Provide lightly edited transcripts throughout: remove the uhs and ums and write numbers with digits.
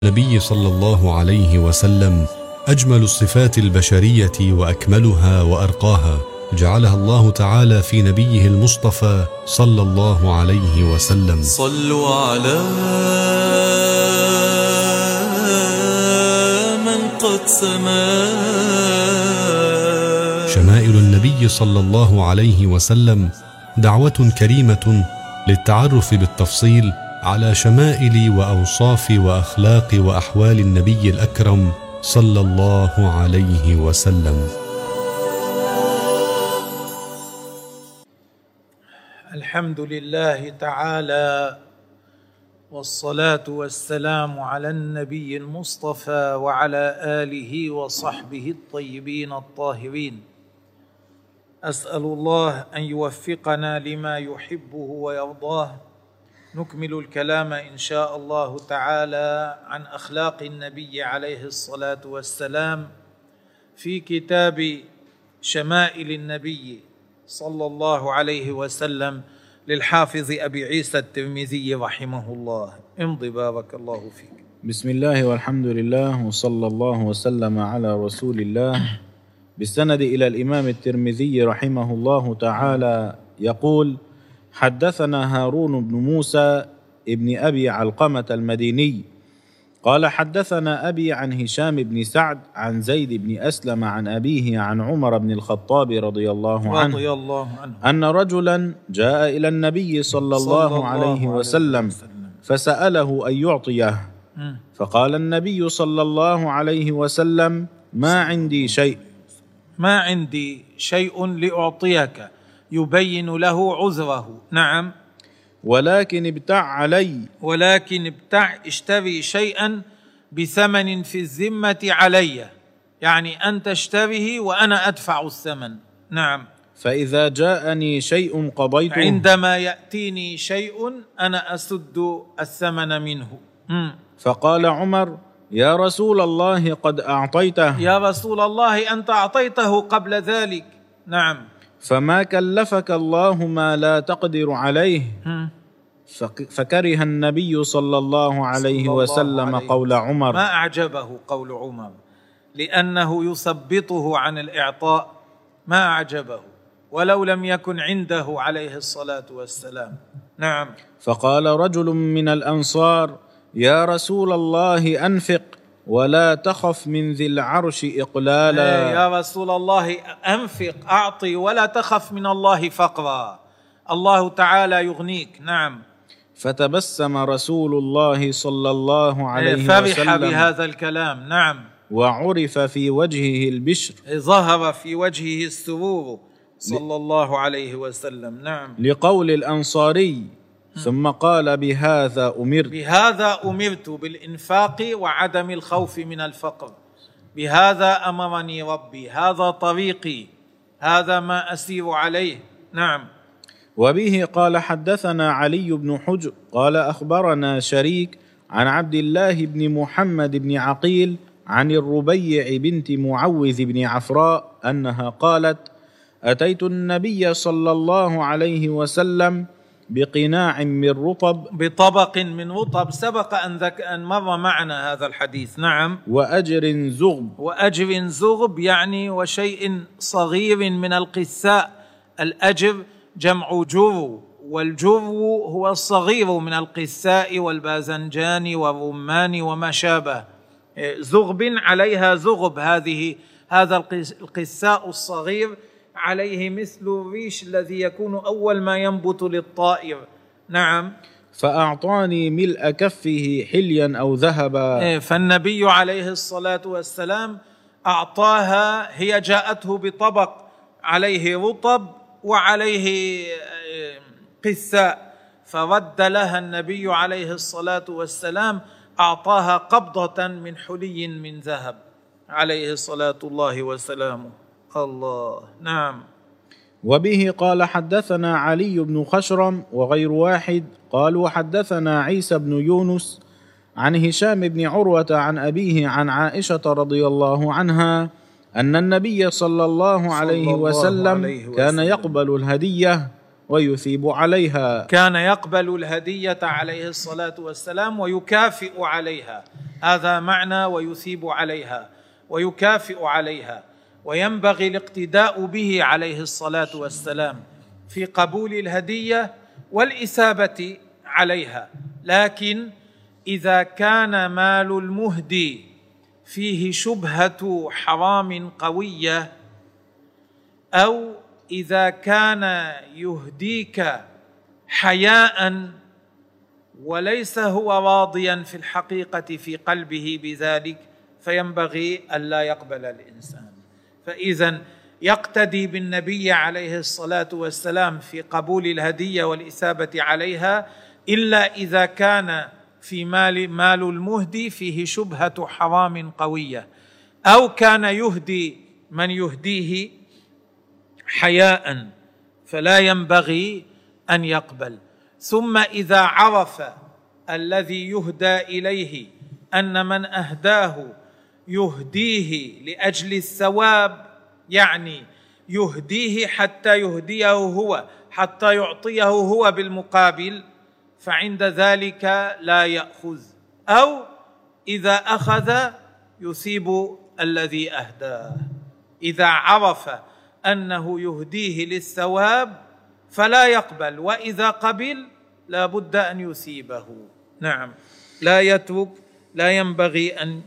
النبي صلى الله عليه وسلم أجمل الصفات البشرية وأكملها وأرقاها، جعلها الله تعالى في نبيه المصطفى صلى الله عليه وسلم. صلوا على من قد سما. شمائل النبي صلى الله عليه وسلم دعوة كريمة للتعرف بالتفصيل على شمائل وأوصاف وأخلاق وأحوال النبي الأكرم صلى الله عليه وسلم. الحمد لله تعالى، والصلاة والسلام على النبي المصطفى وعلى آله وصحبه الطيبين الطاهرين. أسأل الله أن يوفقنا لما يحبه ويرضاه. نكمل الكلام إن شاء الله تعالى عن أخلاق النبي عليه الصلاة والسلام في كتاب شمائل النبي صلى الله عليه وسلم للحافظ أبي عيسى الترمذي رحمه الله. امضي بارك الله فيك. بسم الله والحمد لله وصلى الله وسلم على رسول الله. بالسند إلى الإمام الترمذي رحمه الله تعالى يقول: حدثنا هارون بن موسى ابن أبي علقمة المديني قال: حدثنا أبي عن هشام بن سعد عن زيد بن أسلم عن أبيه عن عمر بن الخطاب رضي الله عنه أن رجلا جاء إلى النبي صلى الله عليه وسلم فسأله أن يعطيه، فقال النبي صلى الله عليه وسلم: ما عندي شيء لأعطيك، يبين له عذره. نعم. ولكن ابتع اشتري شيئا بثمن في الذمة علي، يعني أنت اشتريه وأنا أدفع الثمن. نعم. فإذا جاءني شيء قضيته، عندما يأتيني شيء أنا أسد الثمن منه. فقال عمر: يا رسول الله قد أعطيته. يا رسول الله أنت أعطيته قبل ذلك. نعم. فما كلفك الله ما لا تقدر عليه. فكره النبي صلى الله عليه وسلم قول عمر. ما أعجبه قول عمر، لأنه يثبطه عن الإعطاء. ما أعجبه ولو لم يكن عنده عليه الصلاة والسلام. نعم. فقال رجل من الأنصار: يا رسول الله أنفق ولا تخف من ذي العرش إقلالا. يا رسول الله أنفق، أعطي ولا تخف من الله فقرا، الله تعالى يغنيك. نعم. فتبسم رسول الله صلى الله عليه وسلم، فرح بهذا الكلام. نعم. وعرف في وجهه البشر، ظهر في وجهه السرور صلى الله عليه وسلم. نعم. لقول الأنصاري: ثم قال: بهذا أمرت بالإنفاق وعدم الخوف من الفقر، بهذا أمرني ربي، هذا طريقي، هذا ما أسير عليه. نعم. وبه قال: حدثنا علي بن حجر قال: أخبرنا شريك عن عبد الله بن محمد بن عقيل عن الربيع بنت معوذ بن عفراء أنها قالت: أتيت النبي صلى الله عليه وسلم بقناع من رطب، بطبق من رطب، سبق أن مر معنا هذا الحديث. نعم. وأجر زغب يعني وشيء صغير من القساء. الأجر جمع جرو، والجرو هو الصغير من القساء والباذنجان والرمان وما شابه. زغب عليها زغب، هذا القساء الصغير عليه مثل الريش الذي يكون أول ما ينبت للطائر. نعم. فأعطاني ملء كفه حليا أو ذهبا. فالنبي عليه الصلاة والسلام أعطاها، هي جاءته بطبق عليه رطب وعليه قساء، فرد لها النبي عليه الصلاة والسلام، أعطاها قبضة من حلي من ذهب عليه الصلاة الله وسلامه. الله. نعم. وبه قال: حدثنا علي بن خشرم وغير واحد قالوا: حدثنا عيسى بن يونس عن هشام بن عروة عن أبيه عن عائشة رضي الله عنها أن النبي صلى الله عليه وسلم كان يقبل الهدية ويثيب عليها. كان يقبل الهدية عليه الصلاة والسلام ويكافئ عليها، هذا معنى ويثيب عليها ويكافئ عليها. وينبغي الاقتداء به عليه الصلاة والسلام في قبول الهدية والإثابة عليها. لكن إذا كان مال المهدي فيه شبهة حرام قوية، أو إذا كان يهديك حياء وليس هو راضيا في الحقيقة في قلبه بذلك، فينبغي ألا يقبل الإنسان. فإذن يقتدي بالنبي عليه الصلاة والسلام في قبول الهدية والإثابة عليها، إلا إذا كان في مال المهدي فيه شبهة حرام قوية، أو كان يهدي من يهديه حياء، فلا ينبغي أن يقبل. ثم إذا عرف الذي يهدى إليه أن من أهداه يهديه لأجل الثواب، يعني يهديه حتى يهديه هو، حتى يعطيه هو بالمقابل، فعند ذلك لا يأخذ. أو إذا أخذ يثيب الذي أهداه. إذا عرف أنه يهديه للثواب فلا يقبل، وإذا قبل لا بد أن يثيبه. نعم، لا ينبغي أن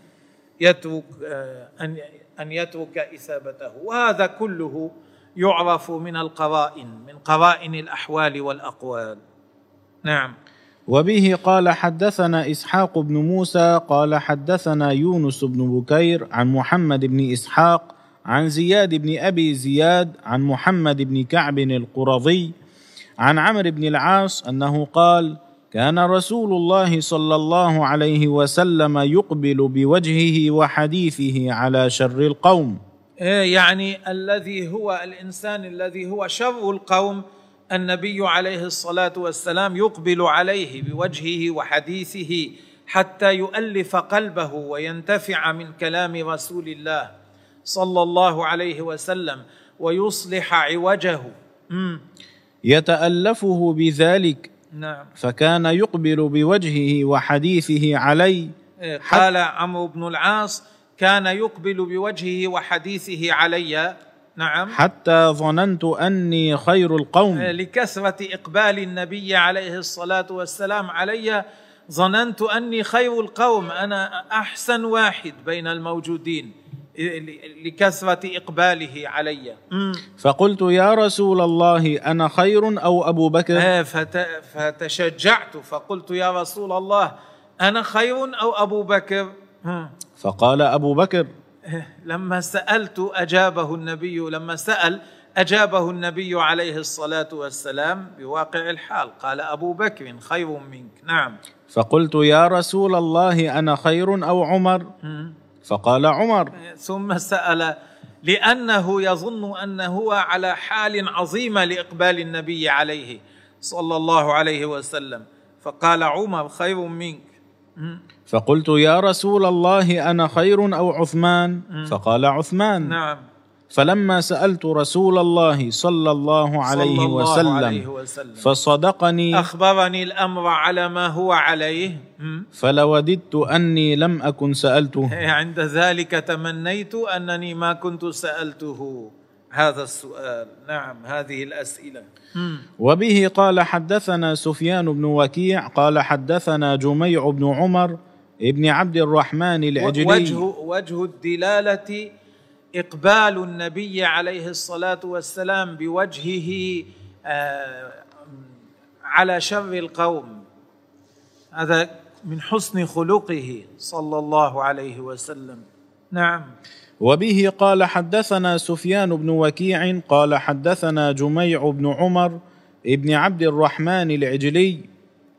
يترك إثابته. وهذا كله يعرف من القرائن، من قرائن الأحوال والأقوال. نعم. وبه قال حدثنا إسحاق بن موسى قال حدثنا يونس بن بكير عن محمد بن إسحاق عن زياد بن أبي زياد عن محمد بن كعب القرظي عن عمرو بن العاص أنه قال: كان رسول الله صلى الله عليه وسلم يقبل بوجهه وحديثه على شر القوم. يعني الذي هو الإنسان الذي هو شر القوم، النبي عليه الصلاة والسلام يقبل عليه بوجهه وحديثه حتى يؤلف قلبه وينتفع من كلام رسول الله صلى الله عليه وسلم ويصلح عوجه. يتألفه بذلك. نعم. فكان يقبل بوجهه وحديثه علي. قال عمرو بن العاص: كان يقبل بوجهه وحديثه علي. نعم. حتى ظننت أني خير القوم. لكثرة إقبال النبي عليه الصلاة والسلام علي ظننت أني خير القوم، أنا أحسن واحد بين الموجودين لكثرة إقباله علي. فقلت: يا رسول الله، أنا خير أو أبو بكر؟ فتشجعت فقلت: يا رسول الله، أنا خير أو أبو بكر؟ فقال: أبو بكر. لما سأل أجابه النبي عليه الصلاة والسلام بواقع الحال، قال: أبو بكر خير منك. نعم. فقلت: يا رسول الله، أنا خير أو عمر؟ فقال: عمر. ثم سأل لأنه يظن أنه على حال عظيمة لإقبال النبي عليه صلى الله عليه وسلم، فقال: عمر خير منك. فقلت: يا رسول الله، أنا خير أو عثمان؟ فقال: عثمان. نعم. فلما سألت رسول الله صلى الله عليه وسلم فصدقني، أخبرني الأمر على ما هو عليه، فلوددت أني لم أكن سألته. عند ذلك تمنيت أنني ما كنت سألته هذا السؤال. نعم، هذه الأسئلة. وبه قال حدثنا سفيان بن وكيع قال حدثنا جميع بن عمر ابن عبد الرحمن العجلي. وجه الدلالة إقبال النبي عليه الصلاة والسلام بوجهه على شر القوم، هذا من حسن خلقه صلى الله عليه وسلم. نعم. وبه قال حدثنا سفيان بن وكيع قال حدثنا جميع بن عمر ابن عبد الرحمن العجلي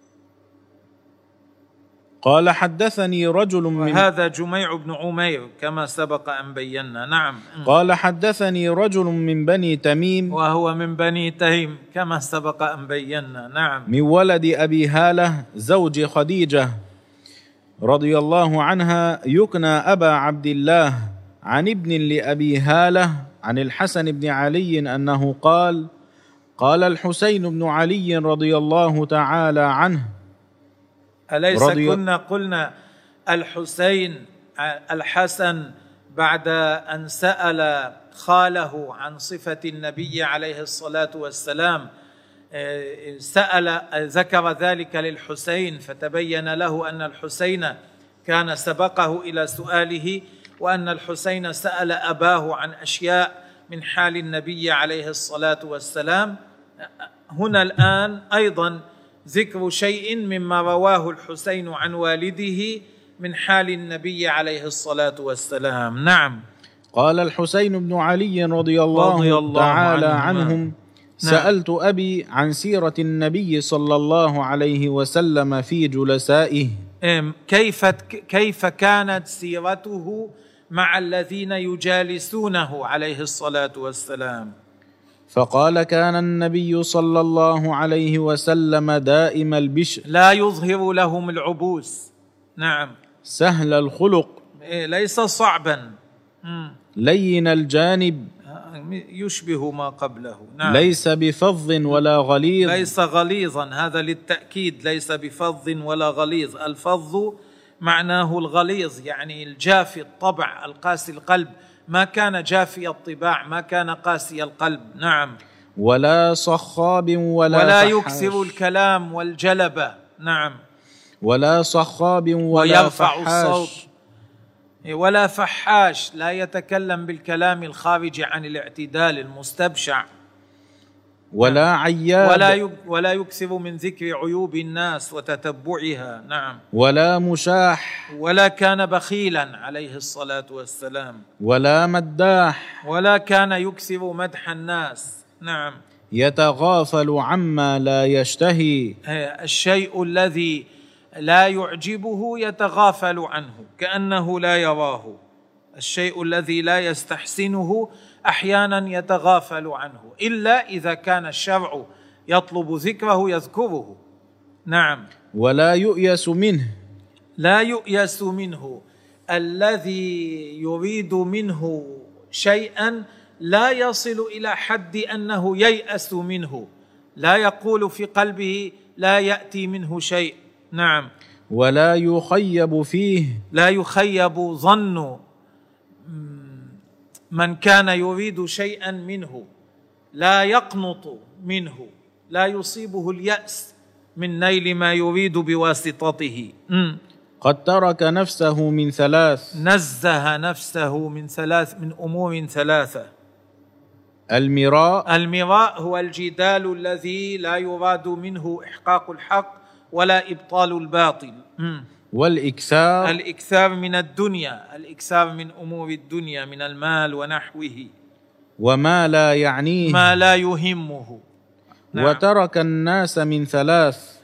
قال حدثني رجل من، هذا جميع بن عمير كما سبق أن بينا. نعم. قال حدثني رجل من بني تميم، وهو من بني تيم كما سبق أن بينا. نعم. من ولد أبي هالة زوج خديجة رضي الله عنها، يكنى أبا عبد الله، عن ابن لأبي هالة عن الحسن بن علي أنه قال: قال الحسين بن علي رضي الله تعالى عنه: أليس كنا قلنا الحسن بعد أن سأل خاله عن صفة النبي عليه الصلاة والسلام ذكر ذلك للحسين، فتبين له أن الحسين كان سبقه إلى سؤاله، وأن الحسين سأل أباه عن أشياء من حال النبي عليه الصلاة والسلام. هنا الآن أيضا ذكر شيء مما رواه الحسين عن والده من حال النبي عليه الصلاة والسلام. نعم. قال الحسين بن علي رضي الله تعالى عنهم: سألت أبي عن سيرة النبي صلى الله عليه وسلم في جلسائه، كيف كانت سيرته مع الذين يجالسونه عليه الصلاة والسلام. فقال: كان النبي صلى الله عليه وسلم دائم البشر، لا يظهر لهم العبوس. نعم. سهل الخلق، ليس صعبا. لين الجانب، يشبه ما قبله. نعم. ليس بفظ ولا غليظ، ليس غليظا، هذا للتأكيد، ليس بفظ ولا غليظ. الفظ معناه الغليظ، يعني الجافي الطبع القاسي القلب، ما كان جافي الطباع، ما كان قاسي القلب. نعم. ولا صخاب ولا يكثر الكلام والجلبة. نعم. ولا صخاب ولا فحاش، ولا فحاش، لا يتكلم بالكلام الخارج عن الاعتدال المستبشع. ولا عياب، ولا يكثر من ذكر عيوب الناس وتتبعها. نعم. ولا مشاح، ولا كان بخيلا عليه الصلاة والسلام. ولا مداح، ولا كان يكثر مدح الناس. نعم. يتغافل عما لا يشتهي، الشيء الذي لا يعجبه يتغافل عنه كأنه لا يراه، الشيء الذي لا يستحسنه أحيانا يتغافل عنه، إلا إذا كان الشرع يطلب ذكره يذكره. نعم. ولا يؤيس منه، لا يؤيس منه، الذي يريد منه شيئا لا يصل إلى حد أنه ييأس منه، لا يقول في قلبه لا يأتي منه شيء. نعم. ولا يخيب فيه، لا يخيب ظن من كان يريد شيئا منه، لا يقنط منه، لا يصيبه اليأس من نيل ما يريد بواسطته. قد ترك نفسه من ثلاث، نزه نفسه من أمور ثلاثة. المراء هو الجدال الذي لا يراد منه إحقاق الحق ولا إبطال الباطل. الإكثار من الدنيا، الإكثار من أمور الدنيا، من المال ونحوه، وما لا يعنيه، ما لا يهمه. نعم. وترك الناس من ثلاث،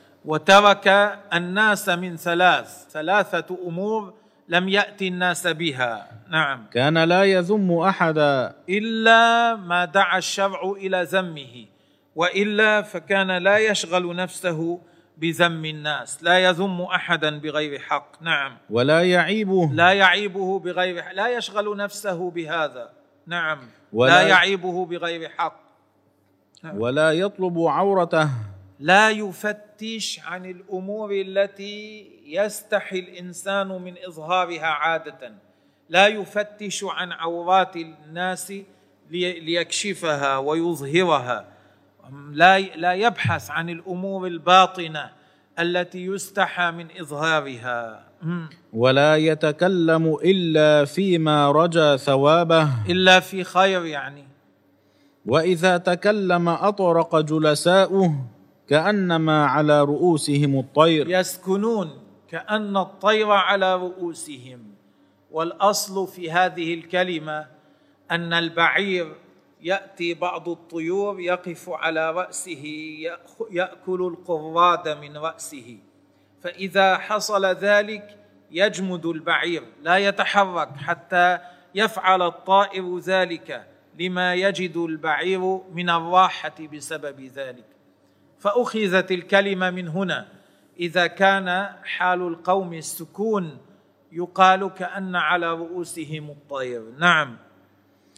ثلاثة أمور لم يأتي الناس بها. نعم. كان لا يذم أحدا إلا ما دعا الشرع إلى ذمه، وإلا فكان لا يشغل نفسه بذم الناس، لا يذم أحدا بغير حق. نعم. ولا يعيبه بغير حق، لا يشغل نفسه بهذا. نعم. لا يعيبه بغير حق. نعم. ولا يطلب عورته، لا يفتش عن الأمور التي يستحي الإنسان من إظهارها عادة، لا يفتش عن عورات الناس ليكشفها ويظهرها، لا يبحث عن الأمور الباطنة التي يستحى من إظهارها. ولا يتكلم إلا فيما رجا ثوابه، إلا في خير يعني. وإذا تكلم أطرق جلساؤه كأنما على رؤوسهم الطير، يسكنون كأن الطير على رؤوسهم. والأصل في هذه الكلمة أن البعير يأتي بعض الطيور يقف على رأسه يأكل القراد من رأسه، فإذا حصل ذلك يجمد البعير لا يتحرك حتى يفعل الطائر ذلك لما يجد البعير من الراحة بسبب ذلك. فأخذت الكلمة من هنا، إذا كان حال القوم السكون يقال كأن على رؤوسهم الطير. نعم.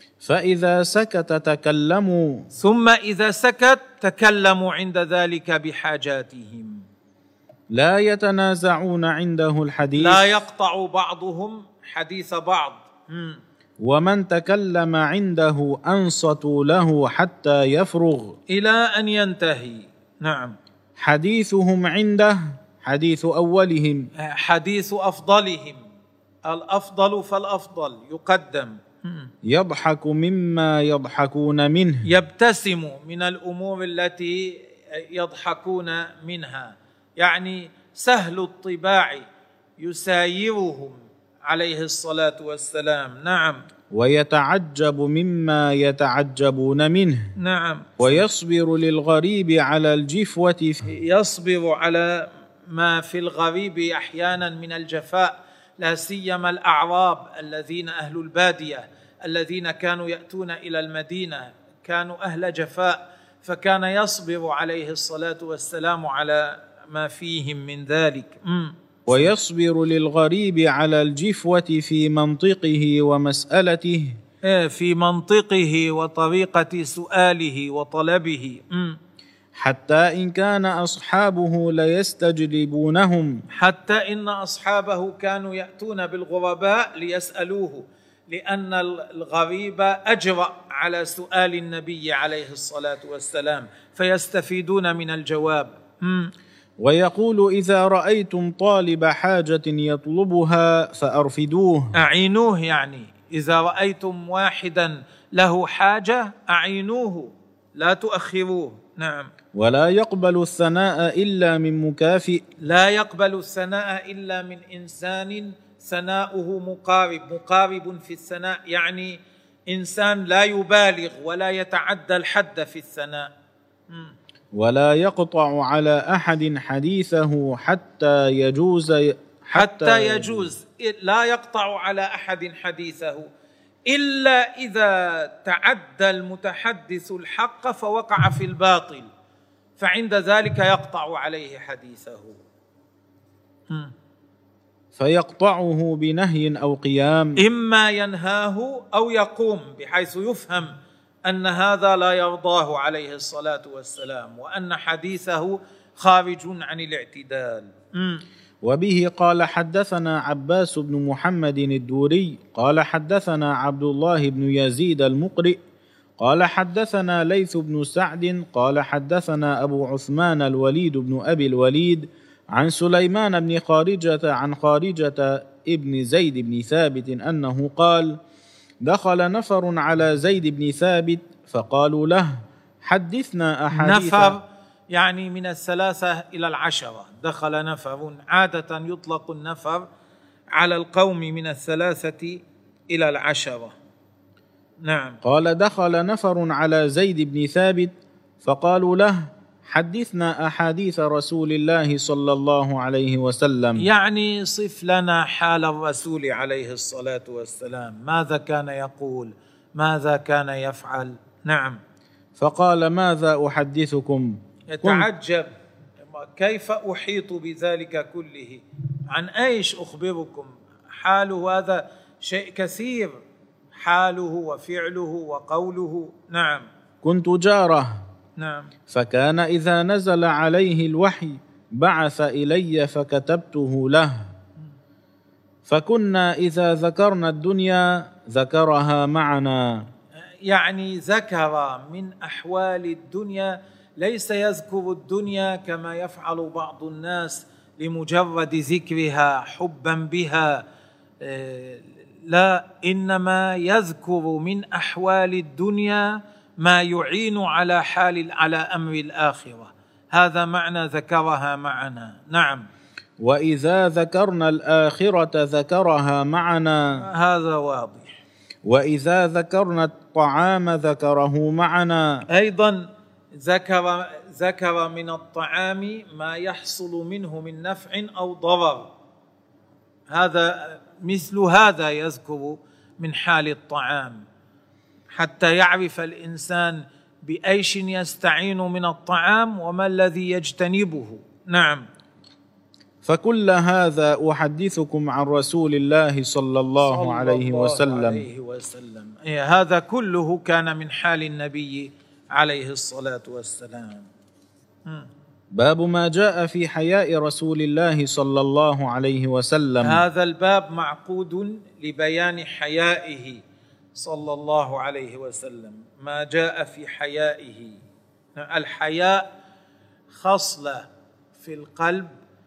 فإذا سكت تكلموا ثم إذا سكت تكلموا عند ذلك بحاجاتهم. لا يتنازعون عنده الحديث لا يقطع بعضهم حديث بعض. ومن تكلم عنده أنصتوا له حتى يفرغ إلى أن ينتهي. نعم. حديثهم عنده حديث أولهم حديث أفضلهم، الأفضل فالأفضل يقدم. يضحك مما يضحكون منه يبتسم من الأمور التي يضحكون منها، يعني سهل الطباع يسايرهم عليه الصلاة والسلام. نعم. ويتعجب مما يتعجبون منه. نعم. ويصبر للغريب على الجفوة يصبر على ما في الغريب أحيانا من الجفاء، لا سيما الأعراب الذين أهل البادية الذين كانوا يأتون إلى المدينة كانوا أهل جفاء، فكان يصبر عليه الصلاة والسلام على ما فيهم من ذلك. ويصبر للغريب على الجفوة في منطقه ومسألته، في منطقه وطريقة سؤاله وطلبه. حتى إن كان أصحابه ليستجلبونهم، حتى إن أصحابه كانوا يأتون بالغرباء ليسألوه، لأن الغريب أجرأ على سؤال النبي عليه الصلاة والسلام فيستفيدون من الجواب. ويقول إذا رأيتم طالب حاجة يطلبها فأرفدوه. أعينوه، يعني إذا رأيتم واحدا له حاجة أعينوه لا تؤخروه. نعم. ولا يقبل الثناء إلا من مكافئ. لا يقبل الثناء إلا من إنسان ثناؤه مقارب في الثناء، يعني إنسان لا يبالغ ولا يتعدى الحد في الثناء. ولا يقطع على أحد حديثه حتى يجوز لا يقطع على أحد حديثه إلا إذا تعدى المتحدث الحق فوقع في الباطل، فعند ذلك يقطع عليه حديثه. فيقطعه بنهي أو قيام، إما ينهاه أو يقوم، بحيث يفهم أن هذا لا يرضاه عليه الصلاة والسلام وأن حديثه خارج عن الاعتدال. وبه قال حدثنا عباس بن محمد الدوري قال حدثنا عبد الله بن يزيد المقرئ قال حدثنا ليث بن سعد قال حدثنا أبو عثمان الوليد بن أبي الوليد عن سليمان بن خارجة عن خارجة ابن زيد بن ثابت أنه قال: دخل نفر على زيد بن ثابت فقالوا له: حدثنا أحاديث. نفر يعني من 3 إلى 10. دخل نفر، عادة يطلق النفر على القوم من 3 إلى 10. نعم. قال: دخل نفر على زيد بن ثابت فقالوا له: حدثنا أحاديث رسول الله صلى الله عليه وسلم. يعني صف لنا حال الرسول عليه الصلاة والسلام، ماذا كان يقول، ماذا كان يفعل. نعم. فقال: ماذا أحدثكم؟ يتعجب كيف أحيط بذلك كله، عن أيش أخبركم؟ حاله هذا شيء كثير، حاله وفعله وقوله. نعم. كنت جاره. نعم. فكان إذا نزل عليه الوحي بعث إلي فكتبته له، فكنا إذا ذكرنا الدنيا ذكرها معنا. يعني ذكر من أحوال الدنيا، ليس يذكر الدنيا كما يفعل بعض الناس لمجرد ذكرها حبا بها، لا، إنما يذكر من أحوال الدنيا ما يعين على أمر الآخرة، هذا معنى ذكرها معنا. نعم. وإذا ذكرنا الآخرة ذكرها معنا، هذا واضح. وإذا ذكرنا الطعام ذكره معنا، أيضا ذكر من الطعام ما يحصل منه من نفع أو ضرر، هذا مثل هذا يذكر من حال الطعام، حتى يعرف الإنسان بأيش يستعين من الطعام وما الذي يجتنبه. نعم. فكل هذا أحدثكم عن رسول الله صلى الله عليه وسلم. هذا كله كان من حال النبي عليه الصلاة والسلام. باب ما جاء في حياء رسول الله صلى الله عليه وسلم. هذا الباب معقود لبيان حيائه صلى الله عليه وسلم. ما جاء في حيائه. الحياء خصلة في القلب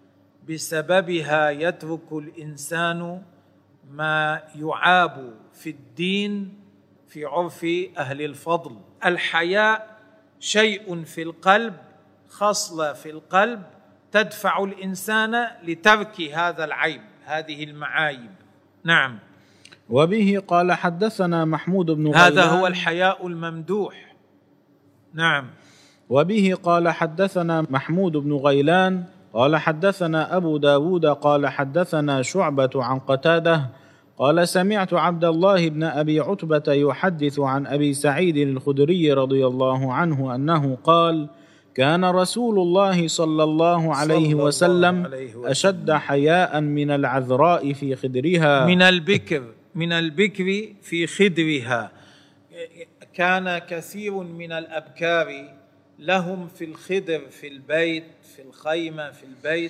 بسببها يترك الإنسان ما يعاب في الدين في عرف أهل الفضل. الحياء شيء في القلب، خصلة في القلب تدفع الإنسان لترك هذا العيب، هذه المعايب. نعم. وبه قال حدثنا محمود بن غيلان. هذا هو الحياء الممدوح. نعم. وبه قال حدثنا محمود بن غيلان قال حدثنا أبو داود قال حدثنا شعبة عن قتادة قال سمعت عبد الله بن أبي عتبة يحدث عن أبي سعيد الخدري رضي الله عنه أنه قال كان رسول الله صلى الله عليه وسلم أشد حياء من العذراء في خدرها، من البكر في خدرها. كان كثير من الأبكار لهم في الخدر في البيت، في الخيمة في البيت،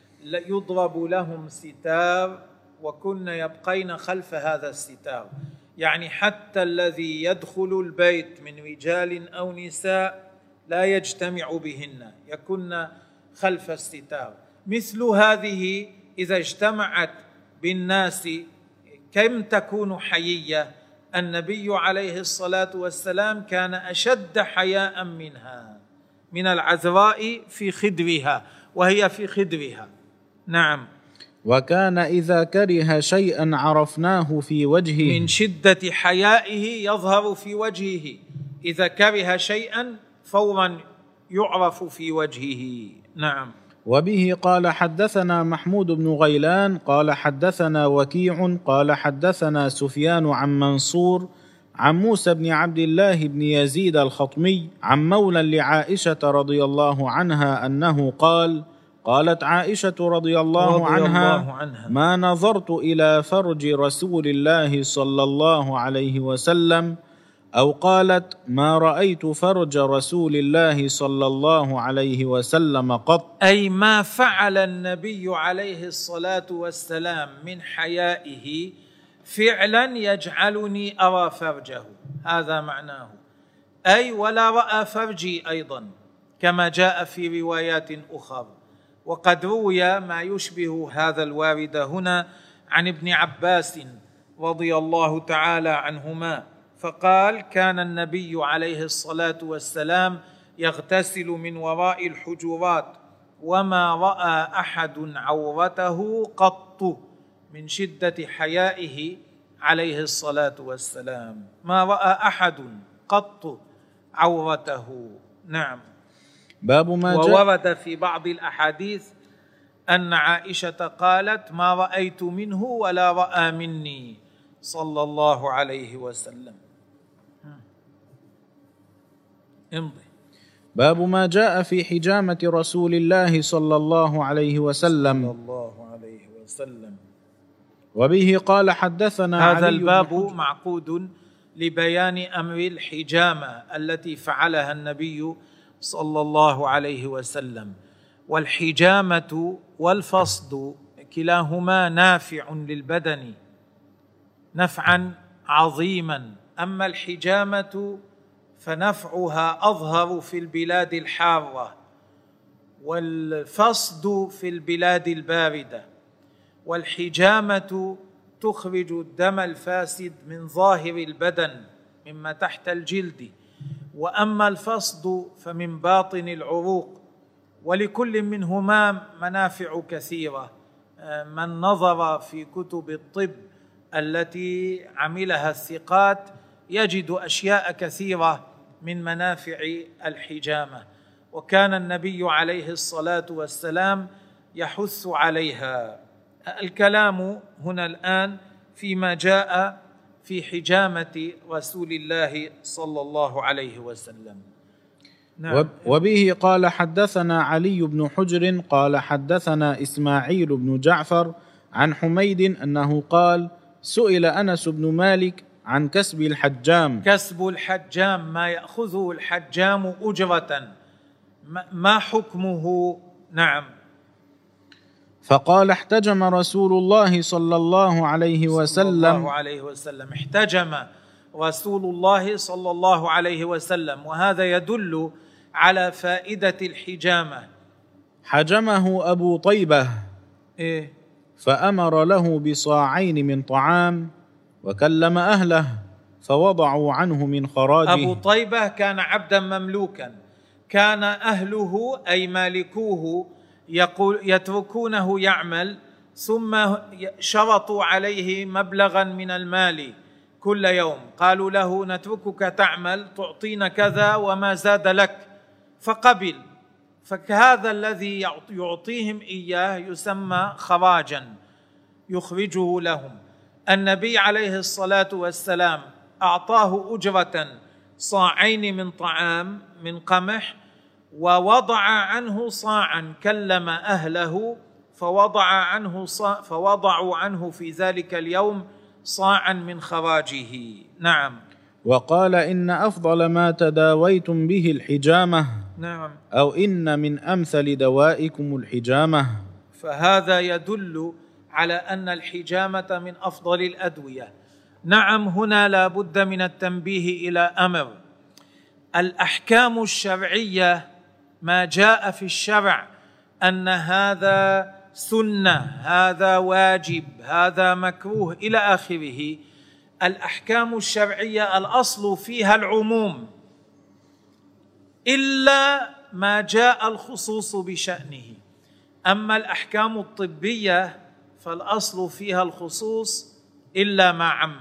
يضرب لهم ستار وكن يبقين خلف هذا الستار، يعني حتى الذي يدخل البيت من رجال أو نساء لا يجتمع بهن، يكن خلف الستار. مثل هذه إذا اجتمعت بالناس كم تكون حيية. النبي عليه الصلاة والسلام كان أشد حياء منها، من العذراء في خدرها وهي في خدرها. نعم. وكان إذا كره شيئا عرفناه في وجهه، من شدة حيائه يظهر في وجهه، إذا كره شيئا فورا يعرف في وجهه. نعم. وبه قال حدثنا محمود بن غيلان قال حدثنا وكيع قال حدثنا سفيان عن منصور عن موسى بن عبد الله بن يزيد الخطمي عن مولى لعائشة رضي الله عنها أنه قال قالت عائشة رضي الله عنها ما نظرت إلى فرج رسول الله صلى الله عليه وسلم، أو قالت ما رأيت فرج رسول الله صلى الله عليه وسلم قط، أي ما فعل النبي عليه الصلاة والسلام من حيائه فعلا يجعلني أرى فرجه، هذا معناه. أي ولا رأى فرجي أيضا كما جاء في روايات أخرى. وقد روي ما يشبه هذا الوارد هنا عن ابن عباس رضي الله تعالى عنهما، فقال كان النبي عليه الصلاة والسلام يغتسل من وراء الحجرات وما رأى أحد عورته قط، من شدة حيائه عليه الصلاة والسلام ما رأى أحد قط عورته. نعم. باب ما جاء. وورد في بعض الأحاديث أن عائشة قالت ما رأيت منه ولا رأى مني صلى الله عليه وسلم. امضي. باب ما جاء في حجامة رسول الله صلى الله عليه وسلم. وبه قال حدثنا هذا الباب معقود لبيان أمر الحجامة التي فعلها النبي صلى الله عليه وسلم. والحجامة والفصد كلاهما نافع للبدن نفعا عظيما، أما الحجامة فنفعها أظهر في البلاد الحارة، والفصد في البلاد الباردة. والحجامة تخرج الدم الفاسد من ظاهر البدن مما تحت الجلد، وأما الفصد فمن باطن العروق. ولكل منهما منافع كثيرة. من نظر في كتب الطب التي عملها الثقات يجد أشياء كثيرة من منافع الحجامة، وكان النبي عليه الصلاة والسلام يحث عليها. الكلام هنا الآن فيما جاء في حجامة رسول الله صلى الله عليه وسلم. نعم. وبه قال حدثنا علي بن حجر قال حدثنا إسماعيل بن جعفر عن حميد أنه قال سئل أنس بن مالك عن كسب الحجام. كسب الحجام ما يأخذه الحجام أجرة ما حكمه؟ نعم. فقال احتجم رسول الله صلى الله عليه وسلم احتجم رسول الله صلى الله عليه وسلم، وهذا يدل على فائدة الحجامة. حجمه أبو طيبة فأمر له بصاعين من طعام وكلم أهله فوضعوا عنه من خراجه. أبو طيبة كان عبدا مملوكا، كان أهله أي مالكوه يتركونه يعمل، ثم شرطوا عليه مبلغا من المال كل يوم، قالوا له نتركك تعمل تعطينا كذا وما زاد لك، فقبل. فهذا الذي يعطيهم إياه يسمى خراجا يخرجه لهم. النبي عليه الصلاة والسلام أعطاه أجرة صاعين من طعام من قمح، ووضع عنه صاعا، كلم أهله فوضعوا عنه في ذلك اليوم صاعا من خراجه. نعم. وقال إن أفضل ما تداويتم به الحجامة. نعم. أو إن من أمثل دوائكم الحجامة. فهذا يدل على أن الحجامة من أفضل الأدوية. نعم. هنا لا بد من التنبيه إلى أمر: الأحكام الشرعية ما جاء في الشرع أن هذا سنة، هذا واجب، هذا مكروه إلى آخره، الأحكام الشرعية الأصل فيها العموم إلا ما جاء الخصوص بشأنه. أما الأحكام الطبية فالأصل فيها الخصوص إلا ما عم.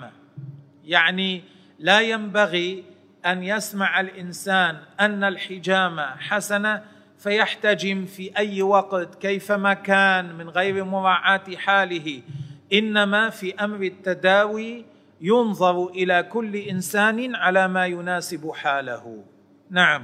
يعني لا ينبغي أن يسمع الإنسان أن الحجامة حسنة فيحتجم في أي وقت كيفما كان من غير مراعاة حاله، إنما في أمر التداوي ينظر إلى كل إنسان على ما يناسب حاله. نعم.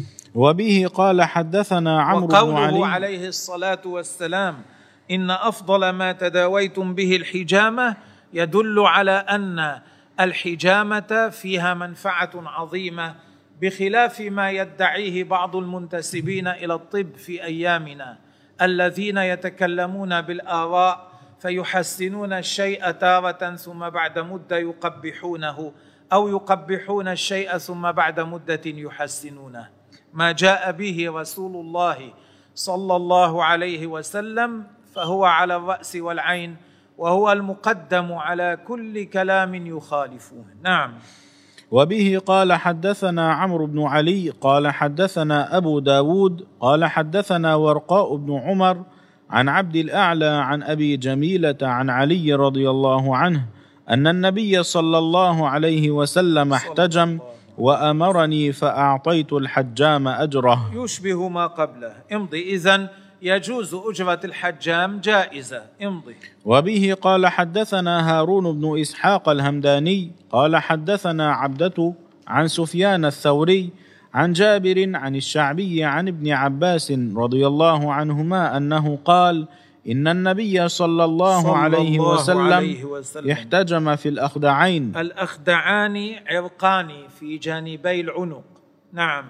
وبه قال حدثنا عمرو بن علي. وقوله عليه الصلاة والسلام إن أفضل ما تداويتم به الحجامة يدل على أن الحجامة فيها منفعة عظيمة، بخلاف ما يدعيه بعض المنتسبين إلى الطب في أيامنا، الذين يتكلمون بالآراء فيحسنون الشيء تارة ثم بعد مدة يقبحونه، أو يقبحون الشيء ثم بعد مدة يحسنونه. ما جاء به رسول الله صلى الله عليه وسلم فهو على الرأس والعين، وهو المقدم على كل كلام يخالفه. نعم. وبه قال حدثنا عمرو بن علي قال حدثنا أبو داود قال حدثنا ورقاء بن عمر عن عبد الأعلى عن أبي جميلة عن علي رضي الله عنه أن النبي صلى الله عليه وسلم احتجم وأمرني فأعطيت الحجام أجره. يشبه ما قبله. امضي. إذن يجوز أجرة الحجام جائزة. امضي. وبه قال حدثنا هارون بن إسحاق الهمداني قال حدثنا عبدة عن سفيان الثوري عن جابر عن الشعبي عن ابن عباس رضي الله عنهما أنه قال إن النبي صلى الله عليه وسلم احتجم في الأخدعين. الأخدعان عرقان في جانبي العنق. نعم.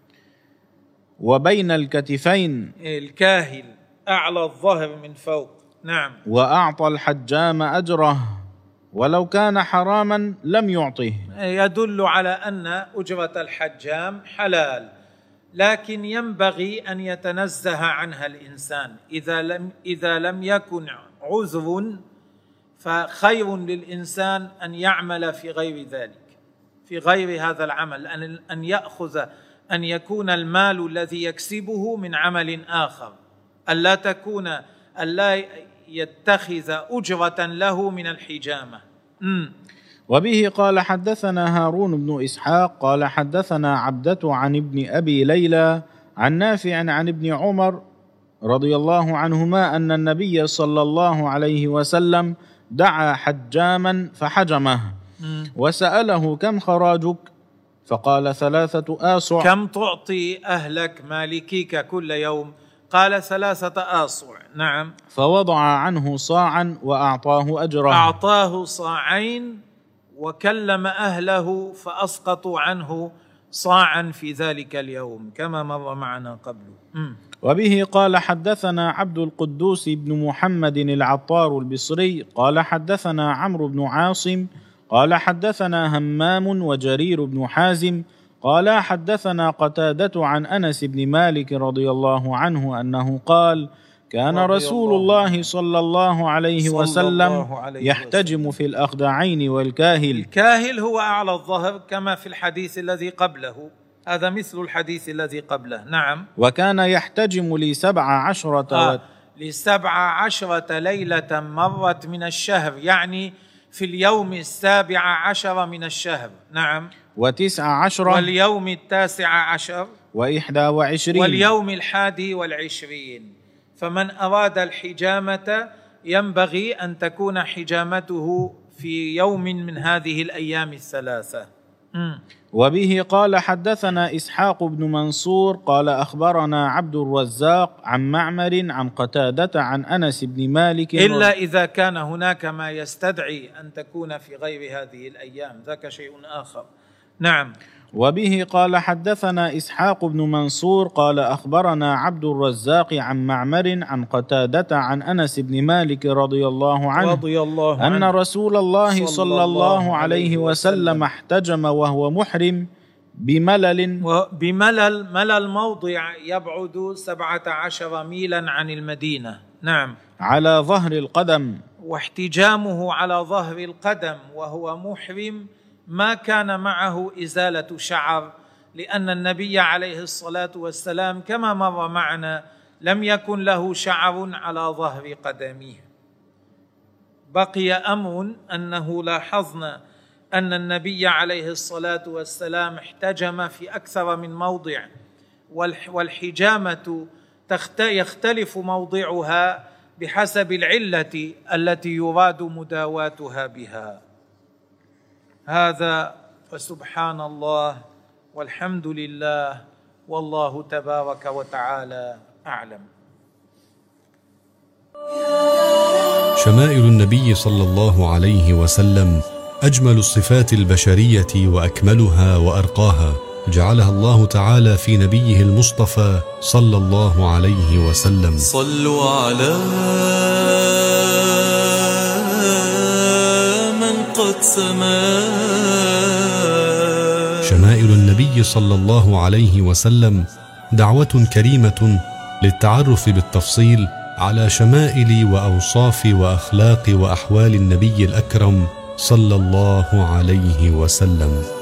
وبين الكتفين. الكاهل أعلى الظهر من فوق. نعم. وأعطى الحجام أجره ولو كان حراما لم يعطه. يدل على أن أجرة الحجام حلال، لكن ينبغي أن يتنزه عنها الإنسان. إذا لم يكن عذر فخير للإنسان أن يعمل في غير ذلك، في غير هذا العمل، أن يكون المال الذي يكسبه من عمل آخر، ألا يتخذ أجرة له من الحجامة. وبه قال حدثنا هارون بن إسحاق قال حدثنا عبدة عن ابن أبي ليلى عن نافع عن ابن عمر رضي الله عنهما أن النبي صلى الله عليه وسلم دعا حجاما فحجمه وسأله كم خراجك؟ فقال 3 آصع. كم تعطي أهلك مالكيك كل يوم؟ قال 3 آصع. نعم. فوضع عنه صاعا وأعطاه أجره. أعطاه صاعين وكلم أهله فأسقطوا عنه صاعا في ذلك اليوم كما مر معنا قبل. وبه قال حدثنا عبد القدوس بن محمد العطار البصري قال حدثنا عمرو بن عاصم قال حدثنا همام وجرير بن حازم قال حدثنا قتادة عن أنس بن مالك رضي الله عنه أنه قال كان رسول الله صلى الله عليه وسلم يحتجم في الأخدعين والكاهل. الكاهل هو أعلى الظهر كما في الحديث الذي قبله، هذا مثل الحديث الذي قبله. نعم. وكان يحتجم ل17 ل17 ليلة مرت من الشهر، يعني في اليوم 17 من الشهر. نعم. و19 واليوم 19 و21 واليوم 21. فمن أراد الحجامة ينبغي أن تكون حجامته في يوم من هذه الأيام 3. وبه قال حدثنا إسحاق بن منصور قال أخبرنا عبد الرزاق عن معمر عن قتادة عن أنس بن مالك إلا إذا كان هناك ما يستدعي أن تكون في غير هذه الأيام، ذاك شيء آخر. نعم. وبه قال حدثنا إسحاق بن منصور قال أخبرنا عبد الرزاق عن معمر عن قتادة عن أنس بن مالك رضي الله عنه أن رسول الله صلى الله عليه وسلم احتجم وهو محرم بملل. ملل موضع يبعد 17 ميلا عن المدينة. نعم. على ظهر القدم. واحتجامه على ظهر القدم وهو محرم ما كان معه إزالة شعر، لأن النبي عليه الصلاة والسلام كما مر معنا لم يكن له شعر على ظهر قدميه. بقي أمر أنه لاحظنا أن النبي عليه الصلاة والسلام احتجم في أكثر من موضع، والحجامة يختلف موضعها بحسب العلة التي يراد مداواتها بها. هذا فسبحان الله والحمد لله والله تبارك وتعالى أعلم. شمائل النبي صلى الله عليه وسلم أجمل الصفات البشرية وأكملها وأرقاها، جعلها الله تعالى في نبيه المصطفى صلى الله عليه وسلم. صلوا على من قد سما. شمائل النبي صلى الله عليه وسلم دعوة كريمة للتعرف بالتفصيل على شمائل وأوصاف وأخلاق وأحوال النبي الأكرم صلى الله عليه وسلم.